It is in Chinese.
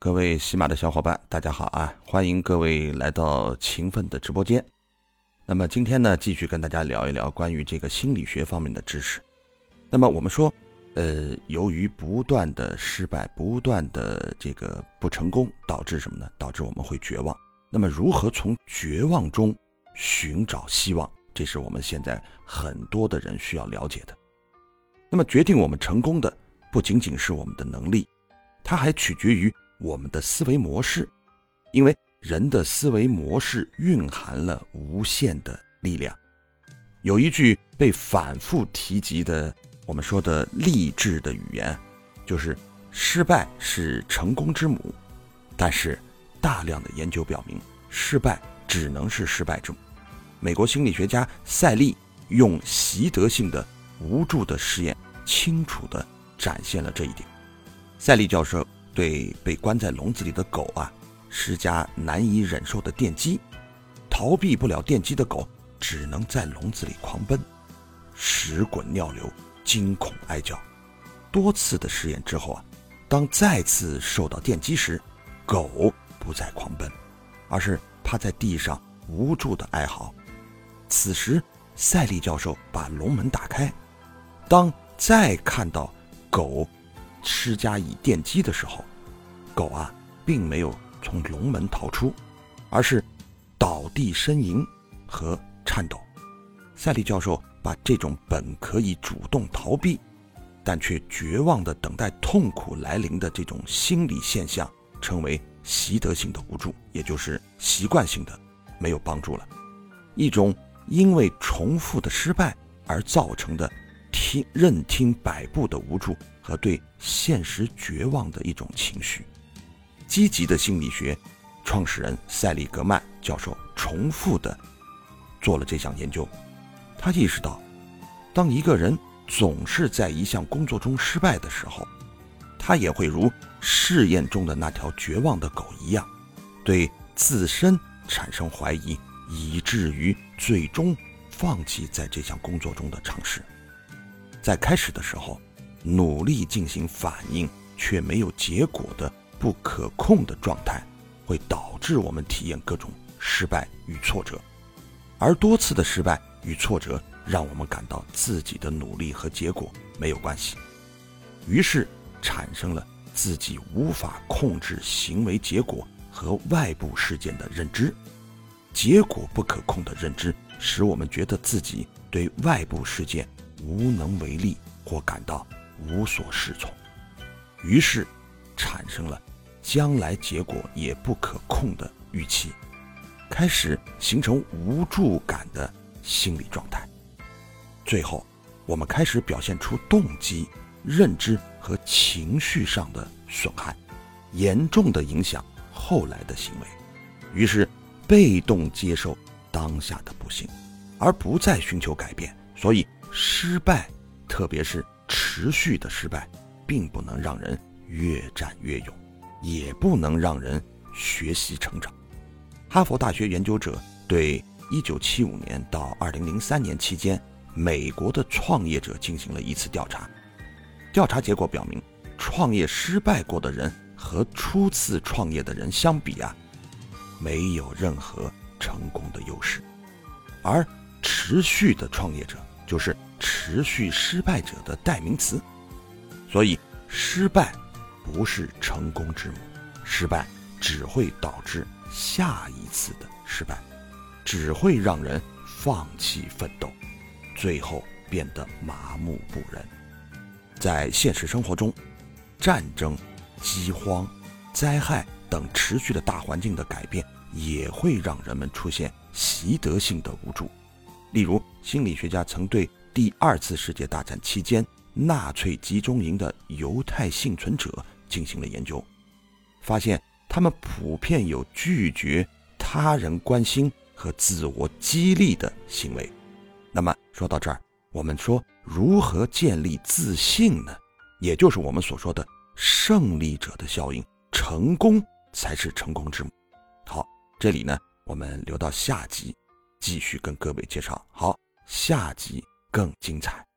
各位喜马的小伙伴大家好啊，欢迎各位来到勤奋的直播间。那么今天呢，继续跟大家聊一聊关于这个心理学方面的知识。那么我们说由于不断的失败，不断的这个不成功，导致什么呢？导致我们会绝望。那么如何从绝望中寻找希望，这是我们现在很多的人需要了解的。那么决定我们成功的不仅仅是我们的能力，它还取决于我们的思维模式，因为人的思维模式蕴含了无限的力量。有一句被反复提及的我们说的励志的语言，就是失败是成功之母，但是大量的研究表明，失败只能是失败之母。美国心理学家塞利用习得性的无助的实验清楚地展现了这一点。塞利教授对被关在笼子里的狗施加难以忍受的电击，逃避不了电击的狗只能在笼子里狂奔，屎滚尿流，惊恐哀叫。多次的实验之后当再次受到电击时，狗不再狂奔，而是趴在地上无助的哀嚎。此时塞利教授把笼门打开，当再看到狗施加以电击的时候，狗并没有从笼门逃出，而是倒地呻吟和颤抖。塞利教授把这种本可以主动逃避，但却绝望地等待痛苦来临的这种心理现象称为习得性的无助，也就是习惯性的没有帮助了。一种因为重复的失败而造成的任听摆布的无助和对现实绝望的一种情绪。积极的心理学创始人塞利格曼教授重复地做了这项研究。他意识到，当一个人总是在一项工作中失败的时候，他也会如试验中的那条绝望的狗一样，对自身产生怀疑，以至于最终放弃在这项工作中的尝试。在开始的时候，努力进行反应却没有结果的不可控的状态，会导致我们体验各种失败与挫折，而多次的失败与挫折让我们感到自己的努力和结果没有关系，于是产生了自己无法控制行为结果和外部事件的认知。结果不可控的认知使我们觉得自己对外部事件无能为力或感到无所适从，于是产生了将来结果也不可控的预期，开始形成无助感的心理状态。最后我们开始表现出动机、认知和情绪上的损害，严重的影响后来的行为，于是被动接受当下的不幸，而不再寻求改变。所以失败，特别是持续的失败，并不能让人越战越勇，也不能让人学习成长。哈佛大学研究者对1975年到2003年期间美国的创业者进行了一次调查，调查结果表明，创业失败过的人和初次创业的人相比没有任何成功的优势，而持续的创业者就是持续失败者的代名词。所以失败不是成功之母，失败只会导致下一次的失败，只会让人放弃奋斗，最后变得麻木不仁。在现实生活中，战争、饥荒、灾害等持续的大环境的改变也会让人们出现习得性的无助。例如，心理学家曾对第二次世界大战期间纳粹集中营的犹太幸存者进行了研究，发现他们普遍有拒绝他人关心和自我激励的行为。那么说到这儿，我们说如何建立自信呢？也就是我们所说的胜利者的效应，成功才是成功之母。好，这里呢我们留到下集继续跟各位介绍。好，下集更精彩。